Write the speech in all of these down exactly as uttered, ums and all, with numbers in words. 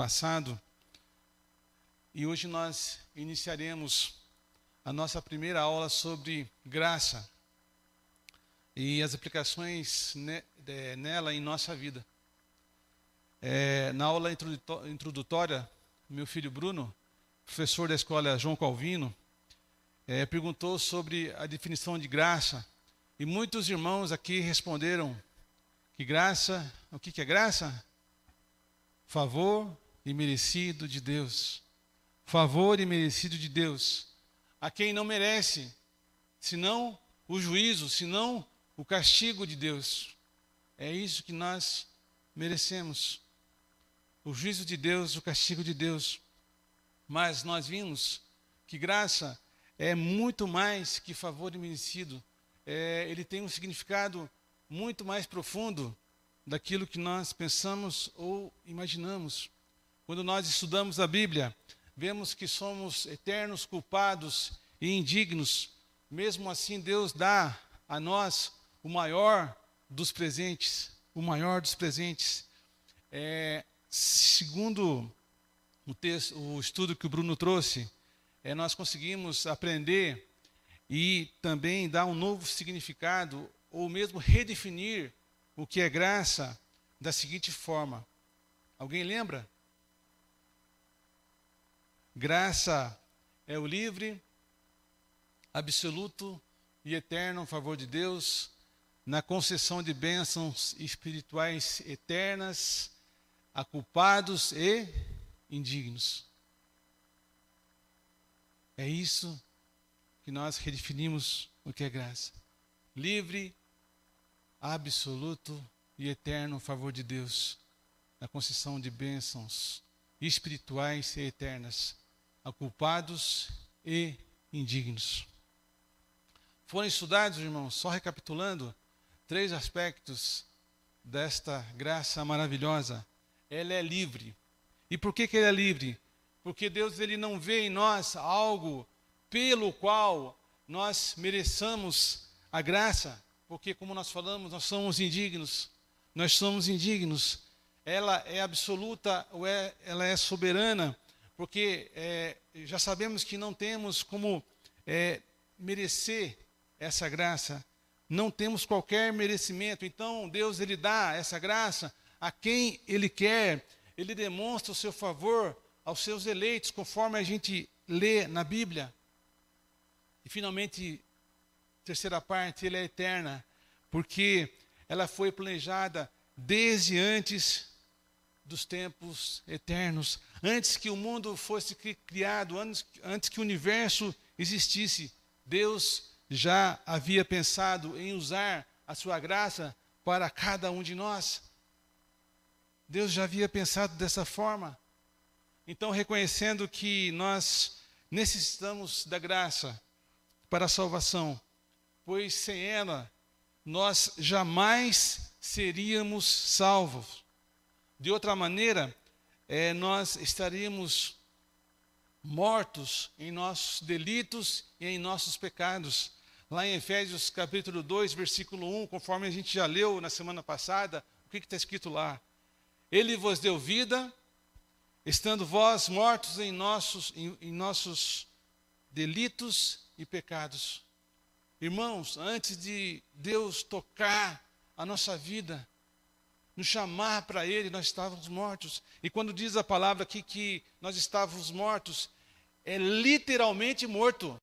passado. E hoje nós iniciaremos a nossa primeira aula sobre graça e as aplicações ne, de, nela em nossa vida. É, na aula introdutória, meu filho Bruno, professor da escola João Calvino, é, perguntou sobre a definição de graça. E muitos irmãos aqui responderam que graça, o que, que é graça? Favor imerecido de Deus. Favor imerecido de Deus. A quem não merece, senão o juízo, senão o castigo de Deus. É isso que nós merecemos. O juízo de Deus, o castigo de Deus. Mas nós vimos que graça é muito mais que favor imerecido. É, ele tem um significado muito mais profundo daquilo que nós pensamos ou imaginamos. Quando nós estudamos a Bíblia, vemos que somos eternos culpados e indignos. Mesmo assim, Deus dá a nós o maior dos presentes. O maior dos presentes. É, segundo o, texto, o estudo que o Bruno trouxe, é, nós conseguimos aprender e também dar um novo significado, ou mesmo redefinir o que é graça da seguinte forma. Alguém lembra? Graça é o livre, absoluto e eterno favor de Deus na concessão de bênçãos espirituais eternas a culpados e indignos. É isso que nós redefinimos o que é graça. Livre, absoluto e eterno favor de Deus na concessão de bênçãos espirituais e eternas a culpados e indignos. Foram estudados, irmãos, só recapitulando, três aspectos desta graça maravilhosa. Ela é livre. E por que que ela é livre? Porque Deus ele não vê em nós algo pelo qual nós mereçamos a graça, porque como nós falamos, nós somos indignos, nós somos indignos. Ela é absoluta, ou é, ela é soberana, porque é, já sabemos que não temos como é, merecer essa graça, não temos qualquer merecimento. Então Deus ele dá essa graça a quem Ele quer, Ele demonstra o seu favor aos seus eleitos, conforme a gente lê na Bíblia. E finalmente, terceira parte, ela é eterna, porque ela foi planejada desde antes dos tempos eternos, antes que o mundo fosse criado, antes, antes que o universo existisse, Deus já havia pensado em usar a sua graça para cada um de nós. Deus já havia pensado dessa forma. Então, reconhecendo que nós necessitamos da graça para a salvação, pois sem ela nós jamais seríamos salvos. De outra maneira, é, nós estaríamos mortos em nossos delitos e em nossos pecados. Lá em Efésios capítulo dois, versículo um, conforme a gente já leu na semana passada, o que está escrito lá? Ele vos deu vida, estando vós mortos em nossos, em, em nossos delitos e pecados. Irmãos, antes de Deus tocar a nossa vida, nos chamar para Ele, nós estávamos mortos. E quando diz a palavra aqui que nós estávamos mortos, é literalmente morto.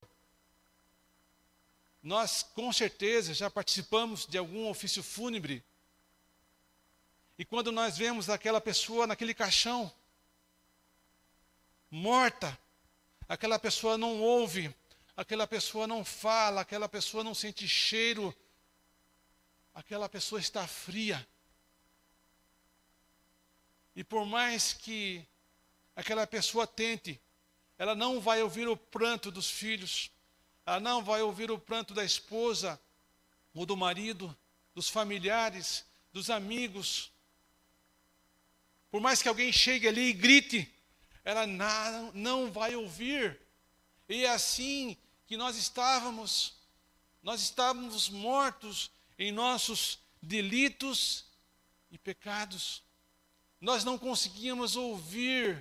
Nós, com certeza, já participamos de algum ofício fúnebre. E quando nós vemos aquela pessoa naquele caixão, morta, aquela pessoa não ouve, aquela pessoa não fala, aquela pessoa não sente cheiro, aquela pessoa está fria. E por mais que aquela pessoa tente, ela não vai ouvir o pranto dos filhos, ela não vai ouvir o pranto da esposa, ou do marido, dos familiares, dos amigos. Por mais que alguém chegue ali e grite, ela não, não vai ouvir. E é assim que nós estávamos, nós estávamos mortos em nossos delitos e pecados. nós não conseguíamos ouvir,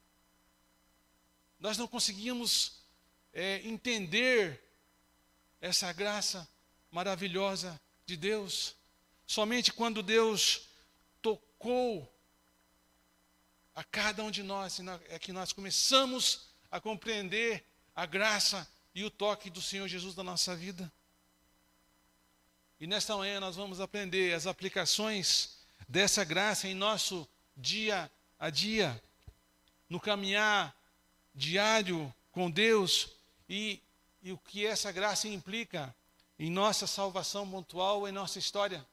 nós não conseguíamos é, entender essa graça maravilhosa de Deus. Somente quando Deus tocou a cada um de nós, é que nós começamos a compreender a graça e o toque do Senhor Jesus na nossa vida. E nesta manhã nós vamos aprender as aplicações dessa graça em nosso dia a dia, no caminhar diário com Deus e, e o que essa graça implica em nossa salvação pontual, em nossa história.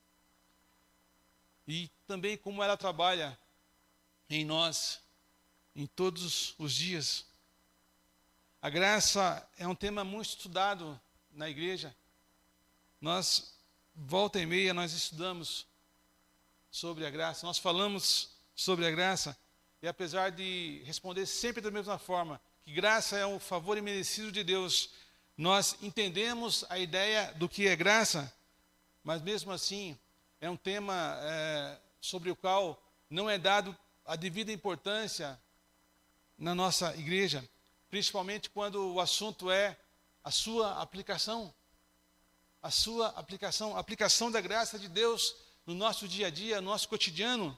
E também como ela trabalha em nós, em todos os dias. A graça é um tema muito estudado na igreja. Nós, volta e meia, nós estudamos sobre a graça, nós falamos sobre a graça, e apesar de responder sempre da mesma forma, que graça é um favor imerecido de Deus, nós entendemos a ideia do que é graça, mas mesmo assim, é um tema é, sobre o qual não é dado a devida importância na nossa igreja, principalmente quando o assunto é a sua aplicação. A sua aplicação, a aplicação da graça de Deus no nosso dia a dia, no nosso cotidiano.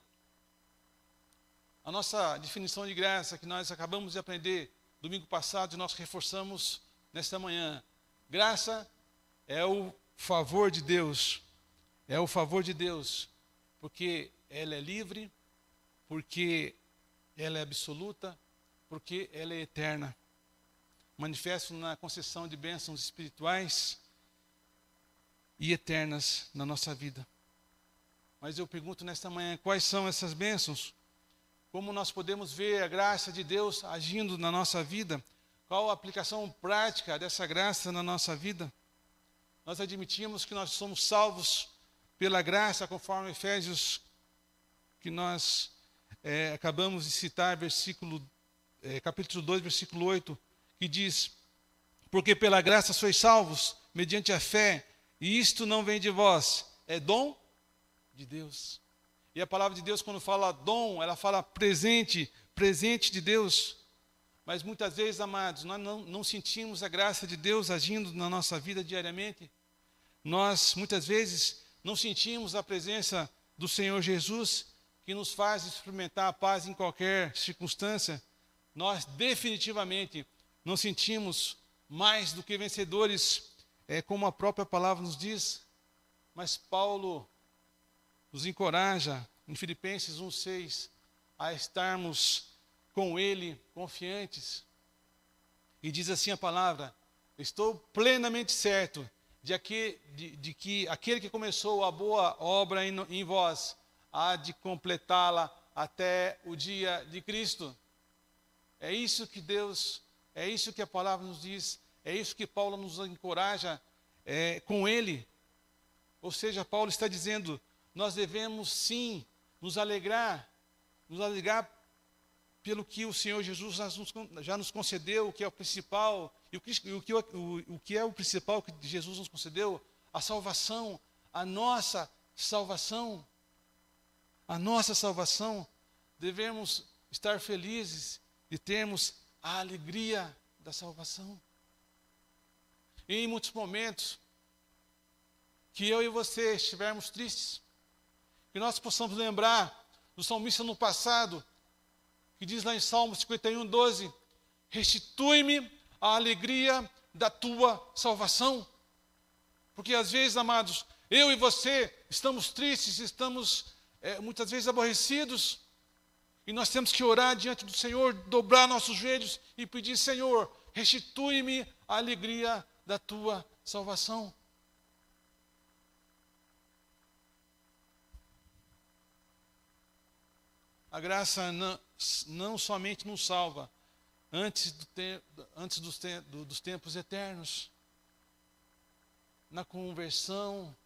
A nossa definição de graça que nós acabamos de aprender domingo passado e nós reforçamos nesta manhã. Graça é o favor de Deus, é o favor de Deus, porque ela é livre, porque ela é absoluta, porque ela é eterna. Manifesto na concessão de bênçãos espirituais e eternas na nossa vida. Mas eu pergunto nesta manhã, quais são essas bênçãos? Como nós podemos ver a graça de Deus agindo na nossa vida? Qual a aplicação prática dessa graça na nossa vida? Nós admitimos que nós somos salvos pela graça, conforme Efésios, que nós é, acabamos de citar, versículo, é, capítulo dois, versículo oito, que diz: porque pela graça sois salvos, mediante a fé, e isto não vem de vós, é dom de Deus. E a palavra de Deus, quando fala dom, ela fala presente, presente de Deus. Mas muitas vezes, amados, nós não, não sentimos a graça de Deus agindo na nossa vida diariamente. Nós, muitas vezes, não sentimos a presença do Senhor Jesus, que nos faz experimentar a paz em qualquer circunstância. Nós, definitivamente, não sentimos mais do que vencedores, é, como a própria palavra nos diz. Mas Paulo nos encoraja, em Filipenses um, seis, a estarmos com Ele confiantes. E diz assim a palavra: estou plenamente certo de, aquele, de, de que aquele que começou a boa obra em, em vós, há de completá-la até o dia de Cristo. É isso que Deus, é isso que a palavra nos diz, é isso que Paulo nos encoraja é, com Ele. Ou seja, Paulo está dizendo, nós devemos sim nos alegrar, nos alegrar pelo que o Senhor Jesus já nos concedeu, o que é o principal, e o que, o, que, o, o que é o principal que Jesus nos concedeu, a salvação, a nossa salvação, a nossa salvação. Devemos estar felizes de termos a alegria da salvação. E em muitos momentos que eu e você estivermos tristes, que nós possamos lembrar do salmista no passado, que diz lá em Salmo cinquenta e um, doze, restitui-me a alegria da tua salvação. Porque às vezes, amados, eu e você estamos tristes, estamos é, muitas vezes aborrecidos, e nós temos que orar diante do Senhor, dobrar nossos joelhos e pedir: Senhor, restitui-me a alegria da tua salvação. A graça não, não somente nos salva antes, do te, antes dos, te, do, dos tempos eternos, na conversão.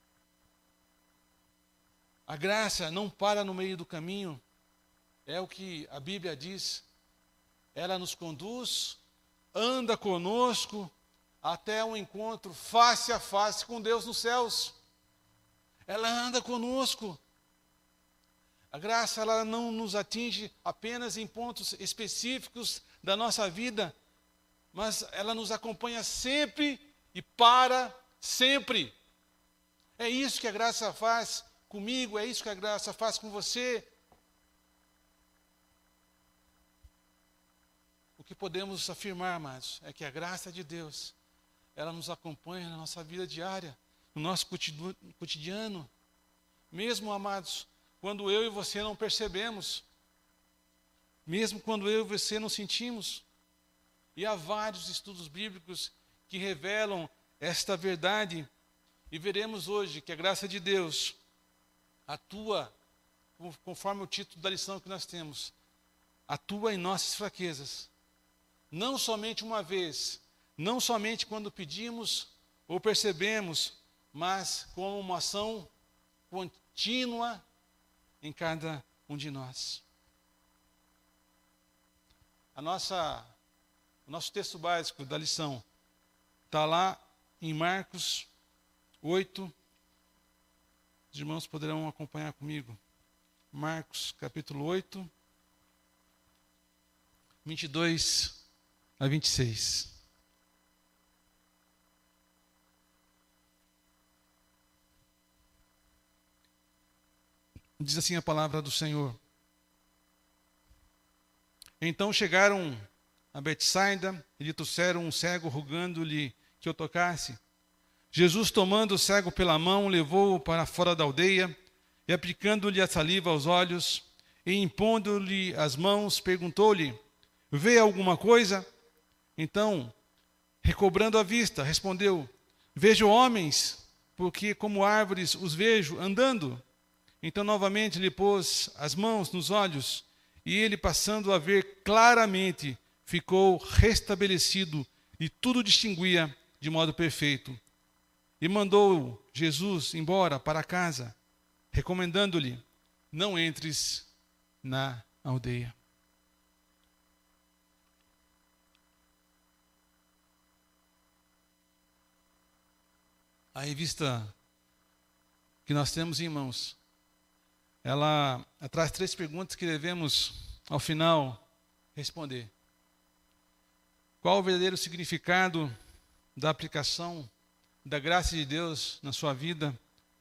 A graça não para no meio do caminho, é o que a Bíblia diz. Ela nos conduz, anda conosco até um encontro face a face com Deus nos céus. Ela anda conosco. A graça, ela não nos atinge apenas em pontos específicos da nossa vida, mas ela nos acompanha sempre e para sempre. É isso que a graça faz comigo, é isso que a graça faz com você. O que podemos afirmar, amados, é que a graça de Deus, ela nos acompanha na nossa vida diária, no nosso cotidiano. Mesmo, amados, quando eu e você não percebemos, mesmo quando eu e você não sentimos. E há vários estudos bíblicos que revelam esta verdade. E veremos hoje que a graça de Deus atua, conforme o título da lição que nós temos, atua em nossas fraquezas. Não somente uma vez, não somente quando pedimos ou percebemos, mas como uma ação contínua em cada um de nós. A nossa, o nosso texto básico da lição está lá em Marcos oito. Os irmãos poderão acompanhar comigo. Marcos capítulo oito, vinte e dois a vinte e seis. Diz assim a palavra do Senhor. Então chegaram a Betsaida e lhe trouxeram um cego, rogando-lhe que o tocasse. Jesus, tomando o cego pela mão, levou-o para fora da aldeia e, aplicando-lhe a saliva aos olhos e impondo-lhe as mãos, perguntou-lhe: vê alguma coisa? Então, recobrando a vista, respondeu: vejo homens, porque como árvores os vejo andando. Então novamente lhe pôs as mãos nos olhos, e ele, passando a ver claramente, ficou restabelecido e tudo distinguia de modo perfeito. E mandou Jesus embora para casa, recomendando-lhe: não entres na aldeia. A revista que nós temos em mãos, ela traz três perguntas que devemos, ao final, responder. Qual o verdadeiro significado da aplicação da graça de Deus na sua vida?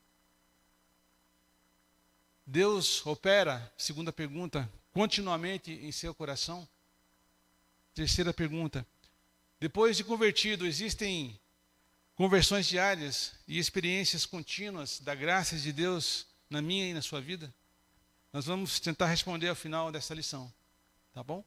Deus opera, segunda pergunta, continuamente em seu coração? Terceira pergunta, depois de convertido, existem conversões diárias e experiências contínuas da graça de Deus na minha e na sua vida? Nós vamos tentar responder ao final dessa lição, tá bom?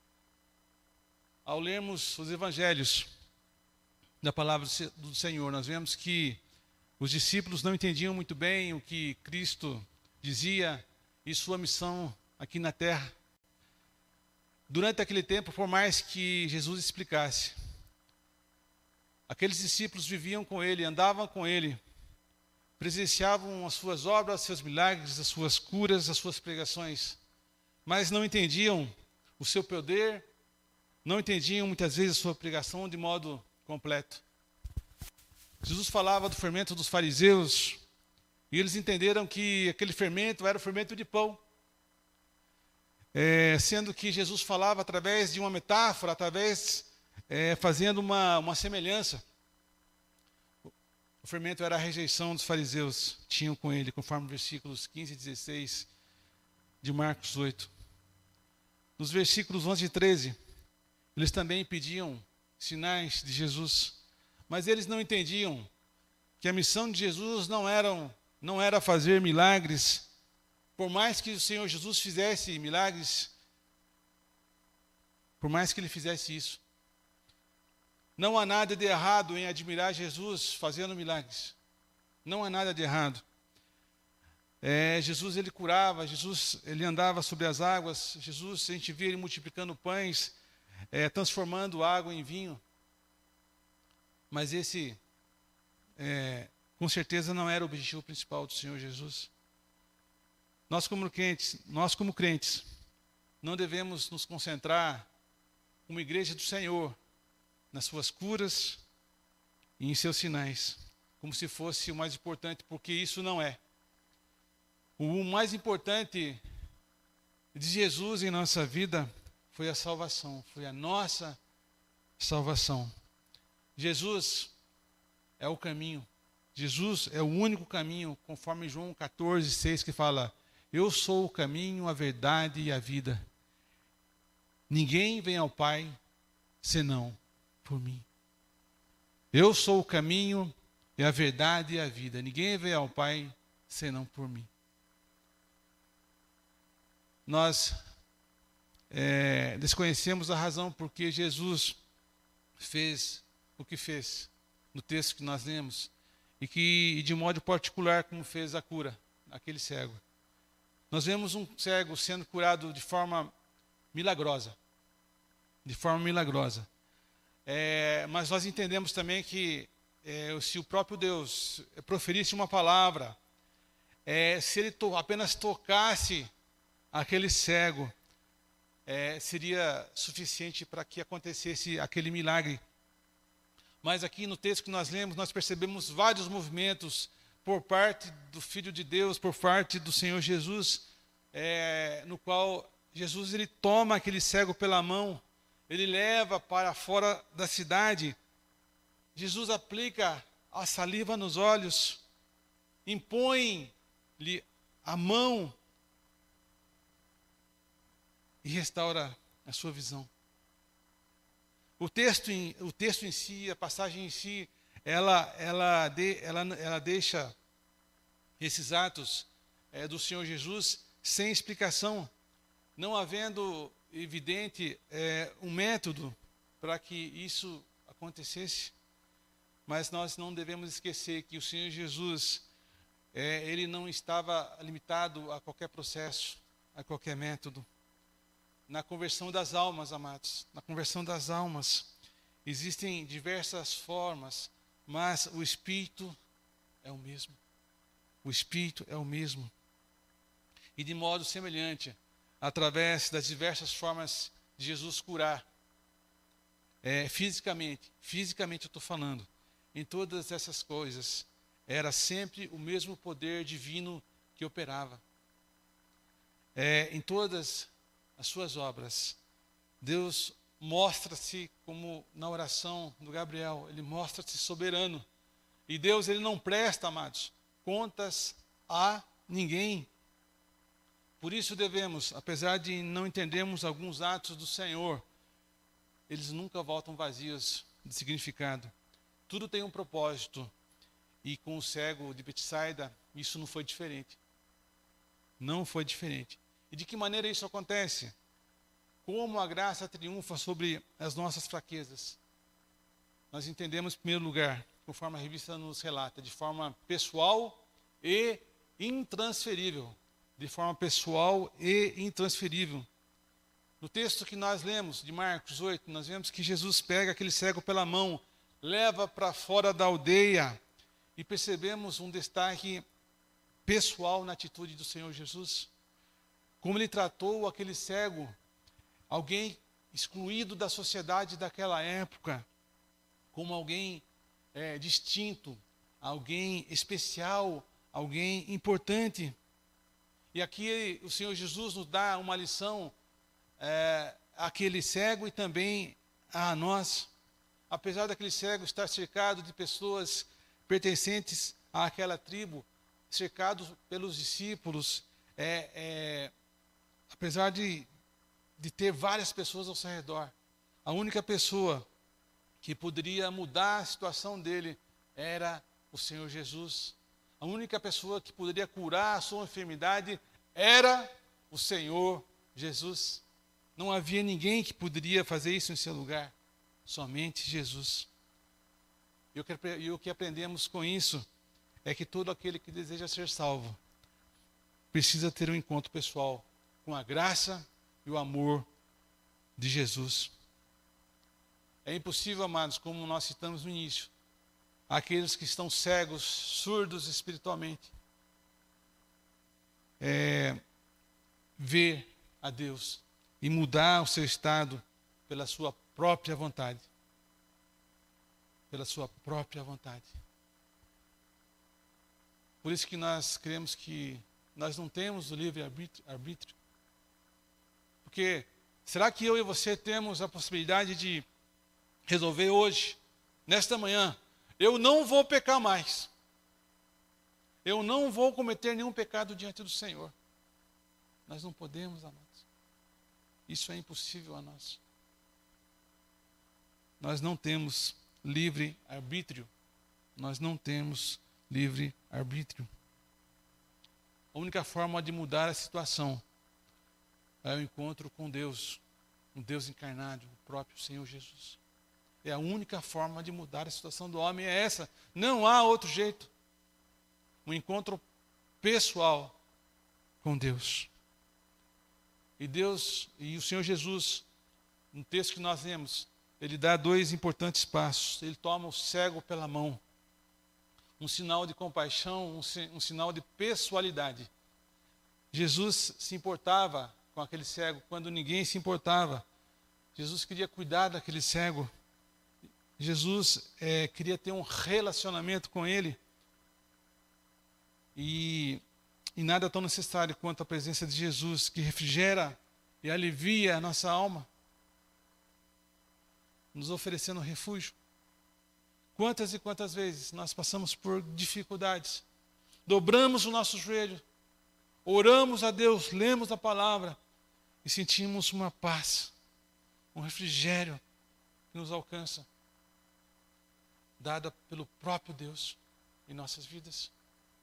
Ao lermos os evangelhos da palavra do Senhor, nós vemos que os discípulos não entendiam muito bem o que Cristo dizia e sua missão aqui na terra. Durante aquele tempo, por mais que Jesus explicasse, aqueles discípulos viviam com ele, andavam com ele, presenciavam as suas obras, seus milagres, as suas curas, as suas pregações, mas não entendiam o seu poder, não entendiam muitas vezes a sua pregação de modo completo. Jesus falava do fermento dos fariseus, e eles entenderam que aquele fermento era o fermento de pão, é, sendo que Jesus falava através de uma metáfora, através, é, fazendo uma, uma semelhança. O fermento era a rejeição dos fariseus, tinham com ele, conforme versículos quinze e dezesseis de Marcos oito. Nos versículos onze e treze, eles também pediam sinais de Jesus, mas eles não entendiam que a missão de Jesus não era, não era fazer milagres. Por mais que o Senhor Jesus fizesse milagres, por mais que ele fizesse isso, não há nada de errado em admirar Jesus fazendo milagres. Não há nada de errado. É, Jesus, ele curava, Jesus, ele andava sobre as águas, Jesus, a gente via ele multiplicando pães, é, transformando água em vinho. Mas esse, é, com certeza, não era o objetivo principal do Senhor Jesus. Nós como crentes, nós como crentes, não devemos nos concentrar como igreja do Senhor nas suas curas e em seus sinais, como se fosse o mais importante, porque isso não é. O mais importante de Jesus em nossa vida foi a salvação, foi a nossa salvação. Jesus é o caminho. Jesus é o único caminho, conforme João quatorze, seis, que fala: eu sou o caminho, a verdade e a vida. Ninguém vem ao Pai senão por mim. Eu sou o caminho e a verdade e a vida. Ninguém vem ao Pai senão por mim. Nós é, desconhecemos a razão por que Jesus fez o que fez no texto que nós lemos, e que, e de modo particular, como fez a cura aquele cego. Nós vemos um cego sendo curado de forma milagrosa, de forma milagrosa. É, mas nós entendemos também que é, se o próprio Deus proferisse uma palavra, é, se ele to- apenas tocasse aquele cego, é, seria suficiente para que acontecesse aquele milagre. Mas aqui no texto que nós lemos, nós percebemos vários movimentos por parte do Filho de Deus, por parte do Senhor Jesus, é, no qual Jesus ele toma aquele cego pela mão, ele leva para fora da cidade. Jesus aplica a saliva nos olhos, impõe-lhe a mão e restaura a sua visão. O texto em, o texto em si, a passagem em si, ela, ela, de, ela, ela deixa esses atos é, do Senhor Jesus sem explicação, não havendo evidente é, um método para que isso acontecesse. Mas nós não devemos esquecer que o Senhor Jesus, é, ele não estava limitado a qualquer processo, a qualquer método. Na conversão das almas, amados, na conversão das almas, existem diversas formas, mas o Espírito é o mesmo. O Espírito é o mesmo. E de modo semelhante, através das diversas formas de Jesus curar, é, fisicamente, fisicamente eu estou falando, em todas essas coisas, era sempre o mesmo poder divino que operava. É, em todas as suas obras, Deus mostra-se como na oração do Gabriel, ele mostra-se soberano. E Deus, ele não presta, amados, contas a ninguém. Por isso devemos, apesar de não entendermos alguns atos do Senhor, eles nunca voltam vazios de significado. Tudo tem um propósito. E com o cego de Betsaida, isso não foi diferente. Não foi diferente. E de que maneira isso acontece? Como a graça triunfa sobre as nossas fraquezas? Nós entendemos, em primeiro lugar, conforme a revista nos relata, de forma pessoal e intransferível. De forma pessoal e intransferível. No texto que nós lemos, de Marcos oito, nós vemos que Jesus pega aquele cego pela mão, leva para fora da aldeia, e percebemos um destaque pessoal na atitude do Senhor Jesus. Como ele tratou aquele cego, alguém excluído da sociedade daquela época, como alguém é, distinto, alguém especial, alguém importante. E aqui o Senhor Jesus nos dá uma lição é, àquele cego e também a nós. Apesar daquele cego estar cercado de pessoas pertencentes àquela tribo, cercado pelos discípulos, é, é, apesar de, de ter várias pessoas ao seu redor, a única pessoa que poderia mudar a situação dele era o Senhor Jesus. A única pessoa que poderia curar a sua enfermidade era o Senhor Jesus. Não havia ninguém que poderia fazer isso em seu lugar, somente Jesus. E o que, e o que aprendemos com isso é que todo aquele que deseja ser salvo precisa ter um encontro pessoal com a graça e o amor de Jesus. É impossível, amados, como nós citamos no início, aqueles que estão cegos, surdos espiritualmente, é, ver a Deus e mudar o seu estado pela sua própria vontade. Pela sua própria vontade. Por isso que nós cremos que nós não temos o livre arbítrio, arbítrio. Porque será que eu e você temos a possibilidade de resolver hoje, nesta manhã, eu não vou pecar mais. Eu não vou cometer nenhum pecado diante do Senhor. Nós não podemos, amados. Isso é impossível a nós. Nós não temos livre arbítrio. Nós não temos livre arbítrio. A única forma de mudar a situação é o encontro com Deus, um Deus encarnado, o próprio Senhor Jesus. É a única forma de mudar a situação do homem, é essa. Não há outro jeito. Um encontro pessoal com Deus. E Deus, e o Senhor Jesus, no texto que nós lemos, ele dá dois importantes passos. Ele toma o cego pela mão. Um sinal de compaixão, um, um sinal de pessoalidade. Jesus se importava com aquele cego quando ninguém se importava. Jesus queria cuidar daquele cego. Jesus é, queria ter um relacionamento com ele. E, e nada tão necessário quanto a presença de Jesus, que refrigera e alivia a nossa alma, nos oferecendo refúgio. Quantas e quantas vezes nós passamos por dificuldades, dobramos o nosso joelho, oramos a Deus, lemos a palavra e sentimos uma paz, um refrigério que nos alcança, dada pelo próprio Deus em nossas vidas.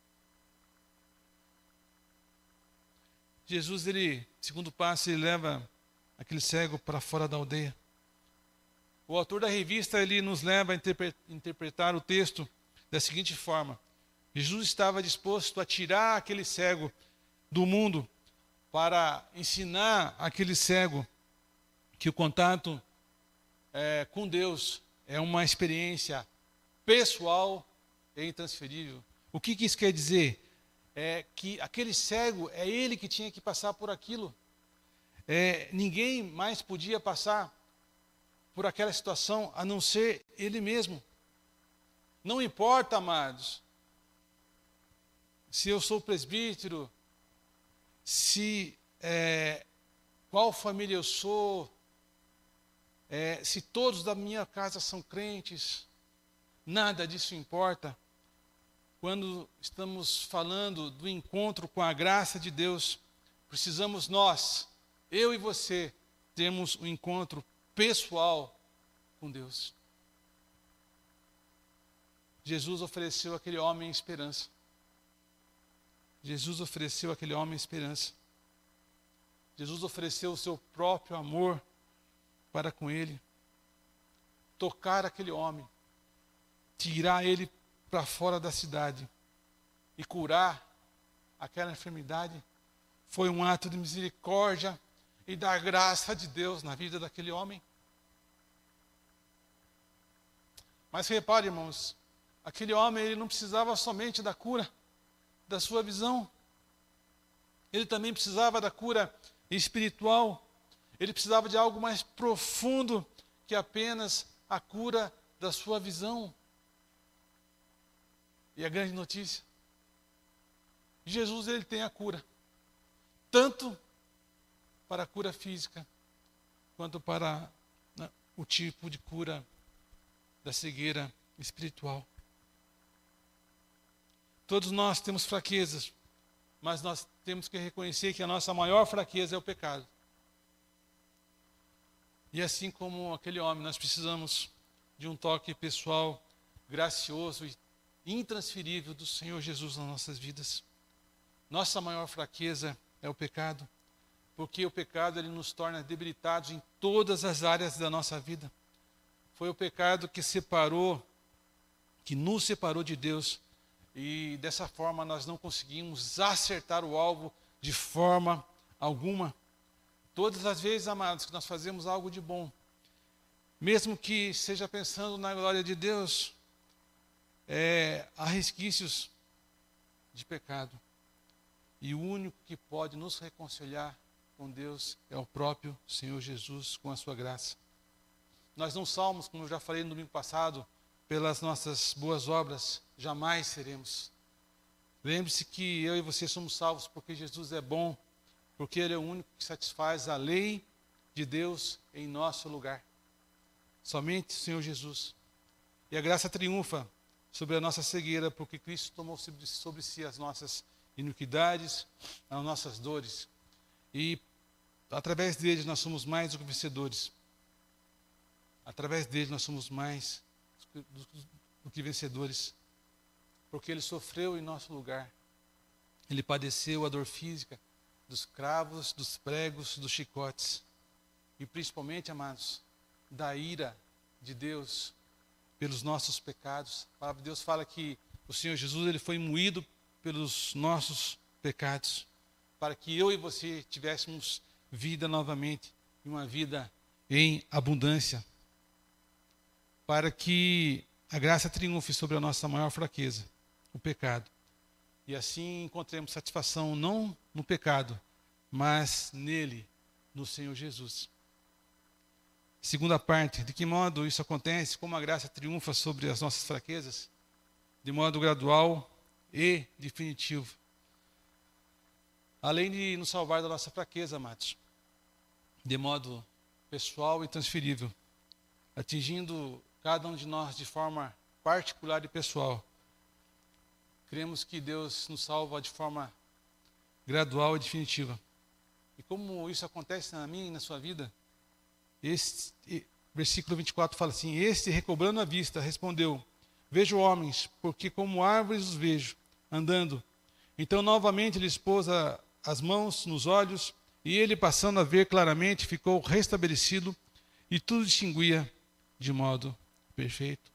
Jesus, ele, segundo passo, ele leva aquele cego para fora da aldeia. O autor da revista, ele nos leva a interpretar o texto da seguinte forma: Jesus estava disposto a tirar aquele cego do mundo para ensinar aquele cego que o contato é, com Deus é uma experiência pessoal e intransferível. O que, que isso quer dizer? É que aquele cego, é ele que tinha que passar por aquilo. É, ninguém mais podia passar por aquela situação a não ser ele mesmo. Não importa, amados, se eu sou presbítero, se é, qual família eu sou, é, se todos da minha casa são crentes, nada disso importa. Quando estamos falando do encontro com a graça de Deus, precisamos nós, eu e você, termos um encontro pessoal com Deus. Jesus ofereceu àquele homem esperança. Jesus ofereceu àquele homem esperança. Jesus ofereceu o seu próprio amor para com ele. Tocar aquele homem, tirar ele para fora da cidade e curar aquela enfermidade, foi um ato de misericórdia e da graça de Deus na vida daquele homem. Mas repare, irmãos, aquele homem, ele não precisava somente da cura da sua visão, ele também precisava da cura espiritual, ele precisava de algo mais profundo que apenas a cura da sua visão. E a grande notícia, Jesus, ele tem a cura, tanto para a cura física, quanto para, né, o tipo de cura da cegueira espiritual. Todos nós temos fraquezas, mas nós temos que reconhecer que a nossa maior fraqueza é o pecado. E assim como aquele homem, nós precisamos de um toque pessoal, gracioso e intransferível do Senhor Jesus nas nossas vidas. Nossa maior fraqueza é o pecado, porque o pecado, ele nos torna debilitados em todas as áreas da nossa vida. Foi o pecado que separou, que nos separou de Deus, e dessa forma nós não conseguimos acertar o alvo de forma alguma. Todas as vezes, amados, que nós fazemos algo de bom, mesmo que seja pensando na glória de Deus, É, há resquícios de pecado. E o único que pode nos reconciliar com Deus é o próprio Senhor Jesus, com a sua graça. Nós não somos, como eu já falei no domingo passado, pelas nossas boas obras, jamais seremos. Lembre-se que eu e você somos salvos porque Jesus é bom, porque Ele é o único que satisfaz a lei de Deus em nosso lugar. Somente o Senhor Jesus. E a graça triunfa sobre a nossa cegueira, porque Cristo tomou sobre, sobre si as nossas iniquidades, as nossas dores. E através dele nós somos mais do que vencedores. Através dele nós somos mais do, do, do que vencedores. Porque ele sofreu em nosso lugar. Ele padeceu a dor física dos cravos, dos pregos, dos chicotes. E principalmente, amados, da ira de Deus pelos nossos pecados. A palavra de Deus fala que o Senhor Jesus ele foi moído pelos nossos pecados, para que eu e você tivéssemos vida novamente, e uma vida em abundância, para que a graça triunfe sobre a nossa maior fraqueza, o pecado, e assim encontremos satisfação não no pecado, mas nele, no Senhor Jesus. Segunda parte, de que modo isso acontece, como a graça triunfa sobre as nossas fraquezas, de modo gradual e definitivo. Além de nos salvar da nossa fraqueza, amados, de modo pessoal e transferível, atingindo cada um de nós de forma particular e pessoal. Cremos que Deus nos salva de forma gradual e definitiva. E como isso acontece na minha e na sua vida, este, versículo vinte e quatro fala assim: este, recobrando a vista, respondeu: vejo homens, porque como árvores os vejo, andando. Então novamente lhe expôs a, as mãos nos olhos, e ele, passando a ver claramente, ficou restabelecido, e tudo distinguia de modo perfeito.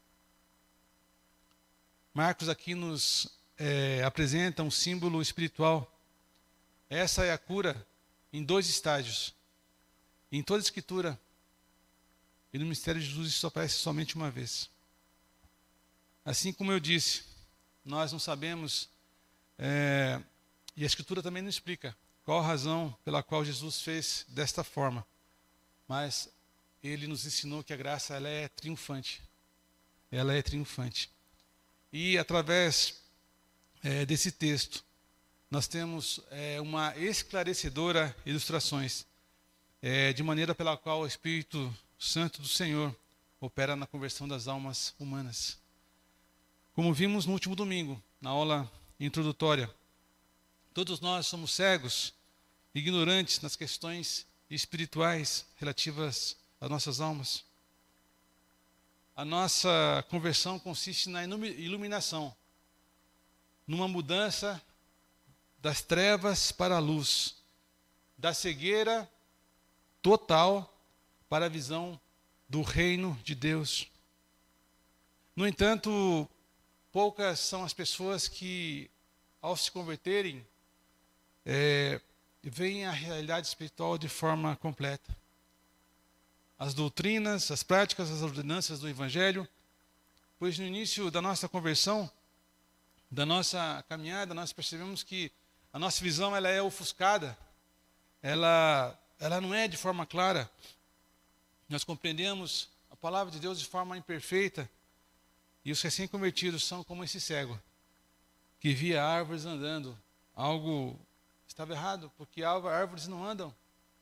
Marcos aqui nos é, apresenta um símbolo espiritual. Essa é a cura em dois estágios. Em toda a Escritura e no mistério de Jesus isso aparece somente uma vez. Assim como eu disse, nós não sabemos, é, e a Escritura também não explica, qual a razão pela qual Jesus fez desta forma. Mas Ele nos ensinou que a graça ela é triunfante. Ela é triunfante. E através é, desse texto, nós temos é, uma esclarecedora ilustrações, é, de maneira pela qual o Espírito Santo do Senhor opera na conversão das almas humanas. Como vimos no último domingo, na aula introdutória, todos nós somos cegos, ignorantes nas questões espirituais relativas às nossas almas. A nossa conversão consiste na iluminação, numa mudança das trevas para a luz, da cegueira total para a visão do reino de Deus. No entanto, poucas são as pessoas que, ao se converterem, é, veem a realidade espiritual de forma completa. As doutrinas, as práticas, as ordenanças do Evangelho, pois no início da nossa conversão, da nossa caminhada, nós percebemos que a nossa visão ela é ofuscada, ela, ela não é de forma clara. Nós compreendemos a palavra de Deus de forma imperfeita, e os recém-convertidos são como esse cego, que via árvores andando. Algo estava errado, porque árvores não andam.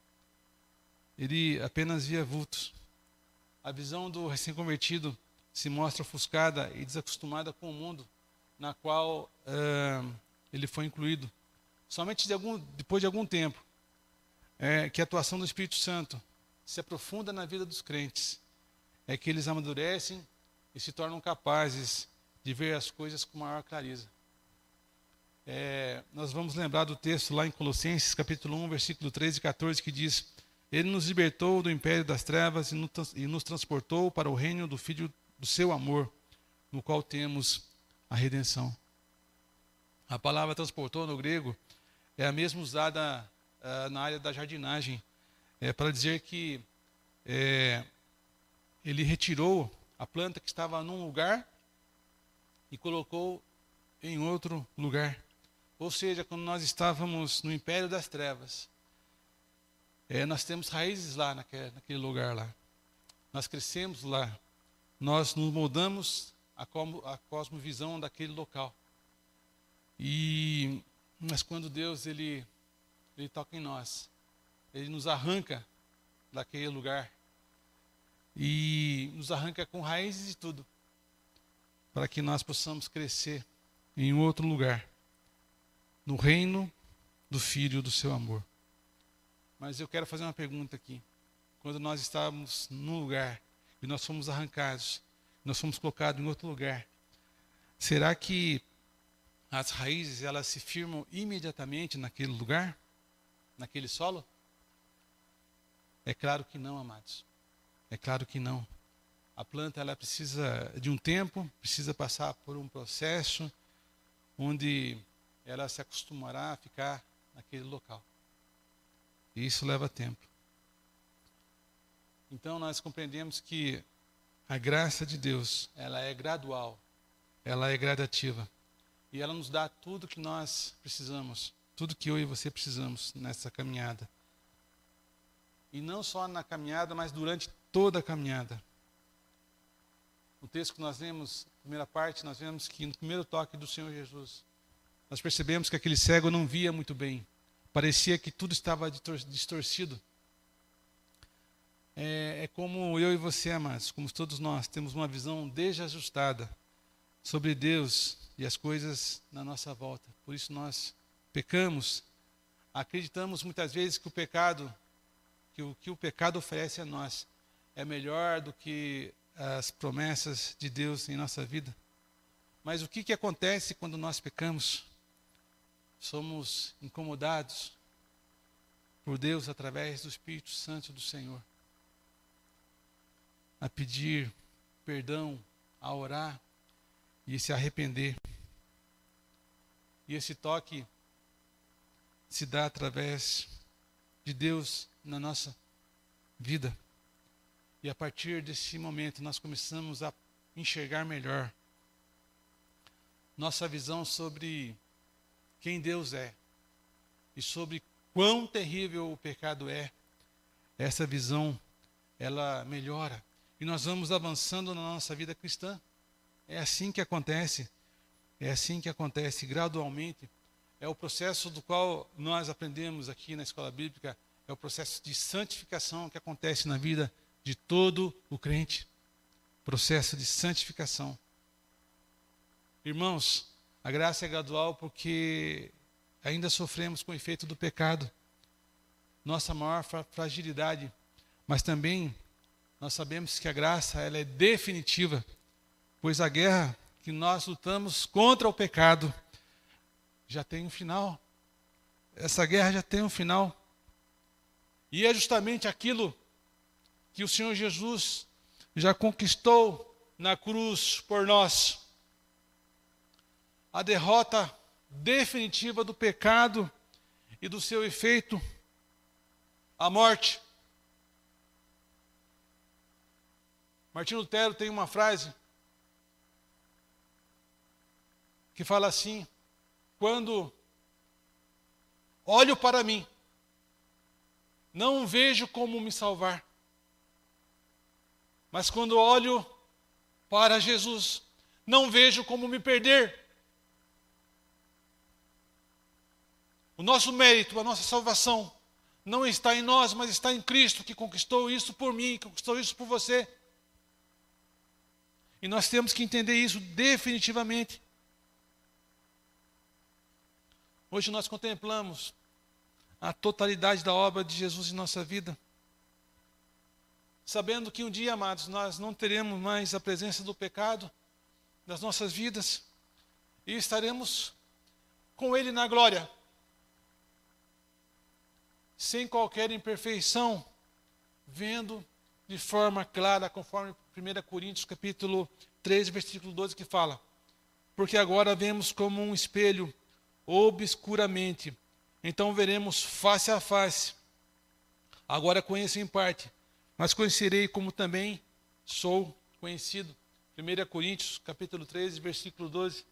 Ele apenas via vultos. A visão do recém-convertido se mostra ofuscada e desacostumada com o mundo na qual uh, ele foi incluído. Somente de algum, depois de algum tempo, é, que a atuação do Espírito Santo se aprofunda na vida dos crentes, é que eles amadurecem e se tornam capazes de ver as coisas com maior clareza. É, nós vamos lembrar do texto lá em Colossenses, capítulo um, versículo treze e quatorze, que diz: Ele nos libertou do império das trevas e nos transportou para o reino do Filho do seu amor, no qual temos a redenção. A palavra transportou no grego é a mesma usada uh, na área da jardinagem, é, para dizer que é, ele retirou a planta que estava num lugar e colocou em outro lugar. Ou seja, quando nós estávamos no império das trevas, é, nós temos raízes lá naquele, naquele lugar lá. Nós crescemos lá. Nós nos moldamos a, como, a cosmovisão daquele local. E, mas quando Deus ele, Ele toca em nós. Ele nos arranca daquele lugar. E nos arranca com raízes e tudo. Para que nós possamos crescer em outro lugar. No reino do Filho do seu amor. Mas eu quero fazer uma pergunta aqui. Quando nós estávamos num lugar e nós fomos arrancados, nós fomos colocados em outro lugar, será que as raízes elas se firmam imediatamente naquele lugar? Naquele solo? É claro que não, amados. É claro que não. A planta ela precisa de um tempo, precisa passar por um processo onde ela se acostumará a ficar naquele local. E isso leva tempo. Então nós compreendemos que a graça de Deus, ela é gradual, ela é gradativa. E ela nos dá tudo que nós precisamos, tudo que eu e você precisamos nessa caminhada. E não só na caminhada, mas durante toda a caminhada. O texto que nós lemos, na primeira parte, nós vemos que no primeiro toque do Senhor Jesus, nós percebemos que aquele cego não via muito bem. Parecia que tudo estava distorcido. É, é como eu e você, amados, como todos nós, temos uma visão desajustada sobre Deus e as coisas na nossa volta. Por isso nós pecamos, acreditamos muitas vezes que o pecado, que o que o pecado oferece a nós é melhor do que as promessas de Deus em nossa vida. Mas o que, que acontece quando nós pecamos? Somos incomodados por Deus através do Espírito Santo do Senhor. A pedir perdão, a orar e se arrepender. E esse toque se dá através de Deus na nossa vida. E a partir desse momento nós começamos a enxergar melhor nossa visão sobre quem Deus é e sobre quão terrível o pecado é. Essa visão, ela melhora e nós vamos avançando na nossa vida cristã. É assim que acontece, é assim que acontece gradualmente. É o processo do qual nós aprendemos aqui na escola bíblica, é o processo de santificação que acontece na vida de todo o crente. Processo de santificação. Irmãos, a graça é gradual porque ainda sofremos com o efeito do pecado. Nossa maior fragilidade. Mas também nós sabemos que a graça ela é definitiva. Pois a guerra que nós lutamos contra o pecado já tem um final. Essa guerra já tem um final. E é justamente aquilo que o Senhor Jesus já conquistou na cruz por nós. A derrota definitiva do pecado e do seu efeito, a morte. Martinho Lutero tem uma frase que fala assim: quando olho para mim, não vejo como me salvar, mas quando olho para Jesus, não vejo como me perder. O nosso mérito, a nossa salvação, não está em nós, mas está em Cristo, que conquistou isso por mim, que conquistou isso por você. E nós temos que entender isso definitivamente. Hoje nós contemplamos a totalidade da obra de Jesus em nossa vida, sabendo que um dia, amados, nós não teremos mais a presença do pecado nas nossas vidas e estaremos com Ele na glória, sem qualquer imperfeição, vendo de forma clara, conforme primeira Coríntios capítulo três, versículo doze, que fala: porque agora vemos como um espelho, obscuramente, então veremos face a face. Agora conheço em parte, mas conhecerei como também sou conhecido. primeira Coríntios capítulo treze, versículo doze.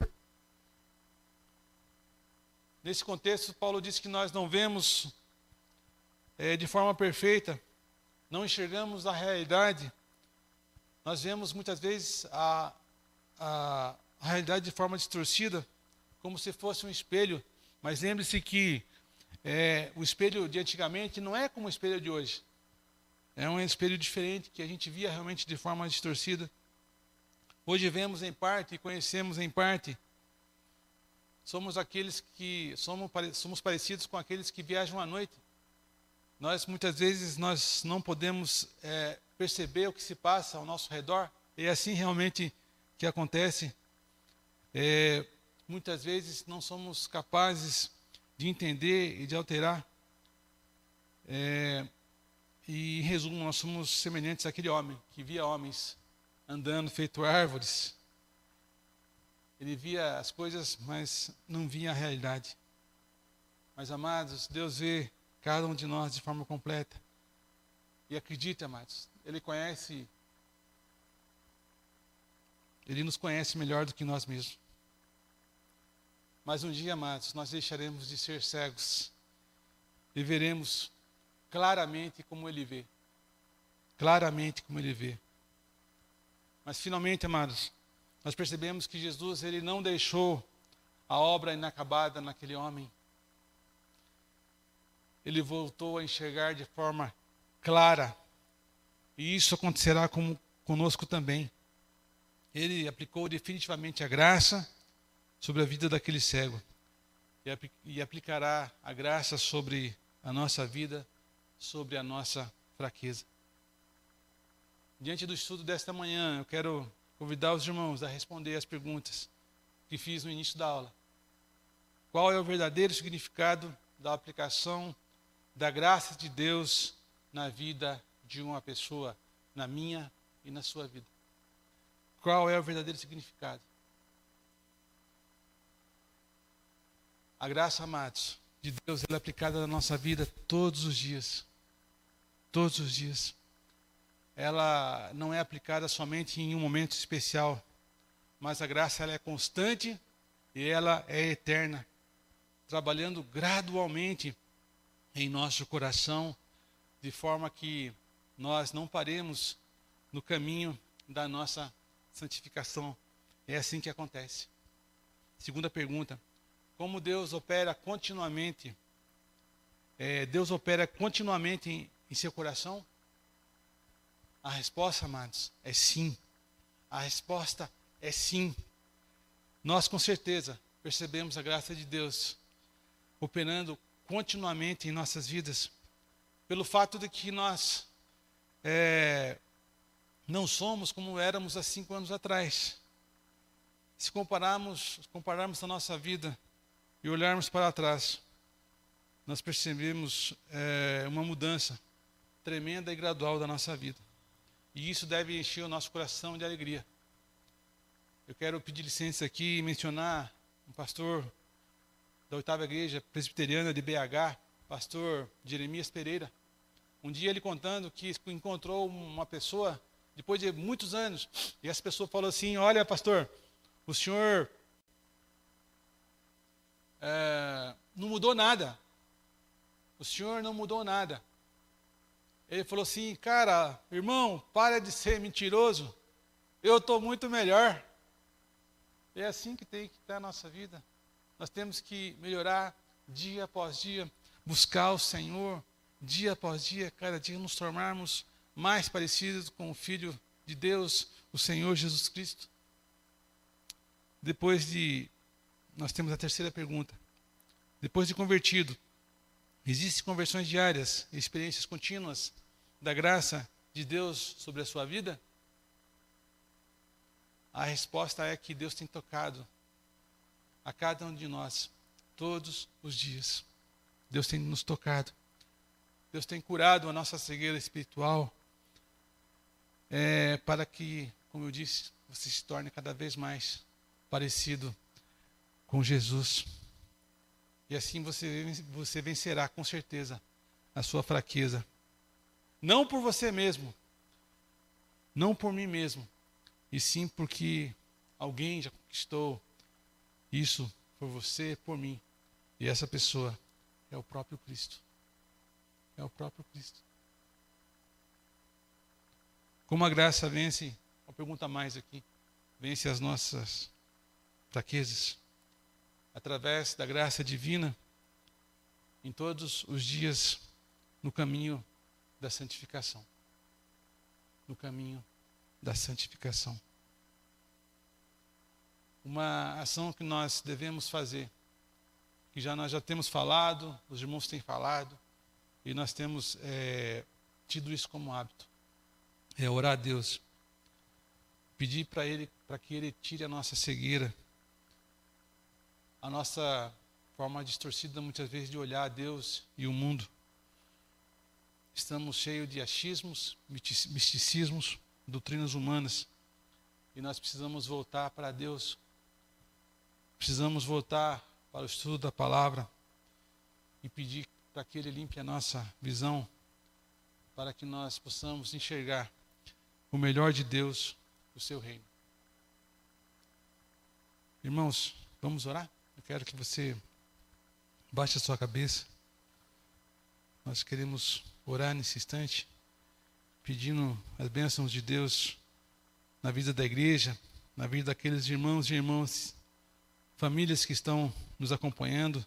Nesse contexto, Paulo diz que nós não vemos é, de forma perfeita, não enxergamos a realidade. Nós vemos muitas vezes a, a, a realidade de forma distorcida, como se fosse um espelho. Mas lembre-se que É, o espelho de antigamente não é como o espelho de hoje. É um espelho diferente que a gente via realmente de forma distorcida. Hoje vemos em parte e conhecemos em parte. Somos aqueles que somos, somos parecidos com aqueles que viajam à noite. Nós muitas vezes nós não podemos é, perceber o que se passa ao nosso redor. E é assim realmente que acontece. É, muitas vezes não somos capazes de entender e de alterar. É, e em resumo, nós somos semelhantes àquele homem que via homens andando feito árvores. Ele via as coisas, mas não via a realidade. Mas, amados, Deus vê cada um de nós de forma completa. E acredite, amados, Ele conhece, Ele nos conhece melhor do que nós mesmos. Mas um dia, amados, nós deixaremos de ser cegos e veremos claramente como Ele vê. Claramente como Ele vê. Mas finalmente, amados, nós percebemos que Jesus, Ele não deixou a obra inacabada naquele homem. Ele voltou a enxergar de forma clara. E isso acontecerá como conosco também. Ele aplicou definitivamente a graça sobre a vida daquele cego. E aplicará a graça sobre a nossa vida, sobre a nossa fraqueza. Diante do estudo desta manhã, eu quero convidar os irmãos a responder as perguntas que fiz no início da aula. Qual é o verdadeiro significado da aplicação da graça de Deus na vida de uma pessoa, na minha e na sua vida? Qual é o verdadeiro significado? A graça, amados, de Deus, ela é aplicada na nossa vida todos os dias. Todos os dias. Ela não é aplicada somente em um momento especial, mas a graça ela é constante e ela é eterna, trabalhando gradualmente em nosso coração, de forma que nós não paremos no caminho da nossa santificação. É assim que acontece. Segunda pergunta: como Deus opera continuamente? É, Deus opera continuamente em, em seu coração? A resposta, amados, é sim. A resposta é sim. Nós, com certeza, percebemos a graça de Deus operando continuamente em nossas vidas, pelo fato de que nós é, não somos como éramos há cinco anos atrás. Se compararmos, compararmos a nossa vida e olharmos para trás, nós percebemos é, uma mudança tremenda e gradual da nossa vida. E isso deve encher o nosso coração de alegria. Eu quero pedir licença aqui e mencionar um pastor da oitava Igreja Presbiteriana de B H, pastor Jeremias Pereira. Um dia ele contando que encontrou uma pessoa, depois de muitos anos, e essa pessoa falou assim: olha, pastor, o senhor é, não mudou nada. O senhor não mudou nada. Ele falou assim: cara, irmão, para de ser mentiroso. Eu estou muito melhor. É assim que tem que estar a nossa vida. Nós temos que melhorar dia após dia, buscar o Senhor dia após dia, cada dia nos tornarmos mais parecidos com o Filho de Deus, o Senhor Jesus Cristo. Depois de, nós temos a terceira pergunta. Depois de convertido, existem conversões diárias, experiências contínuas da graça de Deus sobre a sua vida? A resposta é que Deus tem tocado a cada um de nós, todos os dias. Deus tem nos tocado. Deus tem curado a nossa cegueira espiritual, é, para que, como eu disse, você se torne cada vez mais parecido com Jesus. E assim você, você vencerá com certeza a sua fraqueza. Não por você mesmo, não por mim mesmo, e sim porque alguém já conquistou isso por você, por mim. E essa pessoa é o próprio Cristo. É o próprio Cristo. Como a graça vence, uma pergunta mais aqui, vence as nossas fraquezas. Através da graça divina, em todos os dias no caminho da santificação. No caminho da santificação. Uma ação que nós devemos fazer, que já nós já temos falado, os irmãos têm falado, e nós temos é, tido isso como hábito, é orar a Deus, pedir para Ele, para que Ele tire a nossa cegueira, a nossa forma distorcida muitas vezes de olhar a Deus e o mundo. Estamos cheios de achismos, misticismos, doutrinas humanas, e nós precisamos voltar para Deus. Precisamos voltar para o estudo da palavra e pedir para que Ele limpe a nossa visão, para que nós possamos enxergar o melhor de Deus, o seu reino. Irmãos, vamos orar? Eu quero que você baixe a sua cabeça. Nós queremos orar nesse instante, pedindo as bênçãos de Deus na vida da igreja, na vida daqueles irmãos e irmãs, famílias que estão nos acompanhando.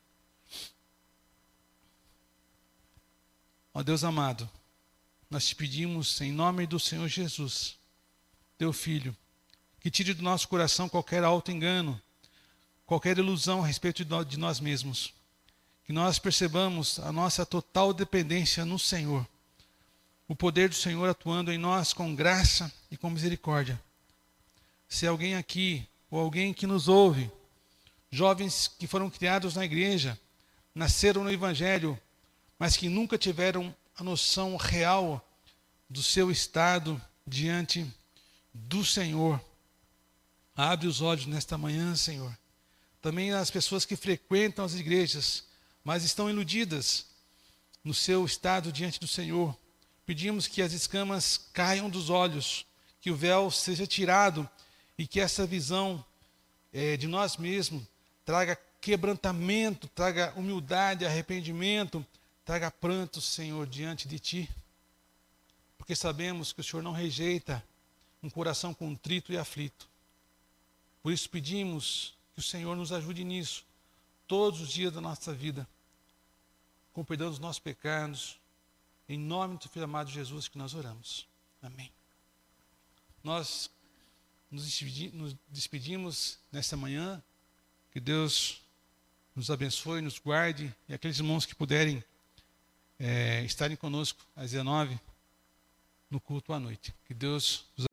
Ó Deus amado, nós te pedimos em nome do Senhor Jesus, teu Filho, que tire do nosso coração qualquer auto-engano, qualquer ilusão a respeito de nós mesmos. Que nós percebamos a nossa total dependência no Senhor. O poder do Senhor atuando em nós com graça e com misericórdia. Se alguém aqui, ou alguém que nos ouve, jovens que foram criados na igreja, nasceram no Evangelho, mas que nunca tiveram a noção real do seu estado diante do Senhor. Abre os olhos nesta manhã, Senhor. Também as pessoas que frequentam as igrejas, mas estão iludidas no seu estado diante do Senhor. Pedimos que as escamas caiam dos olhos, que o véu seja tirado e que essa visão é, de nós mesmos traga quebrantamento, traga humildade, arrependimento, traga pranto, Senhor, diante de Ti. Porque sabemos que o Senhor não rejeita um coração contrito e aflito. Por isso pedimos que o Senhor nos ajude nisso, todos os dias da nossa vida, com perdão dos nossos pecados, em nome do Filho amado Jesus que nós oramos. Amém. Nós nos despedimos nesta manhã, que Deus nos abençoe, nos guarde, e aqueles irmãos que puderem é, estarem conosco às dezenove no culto à noite. Que Deus os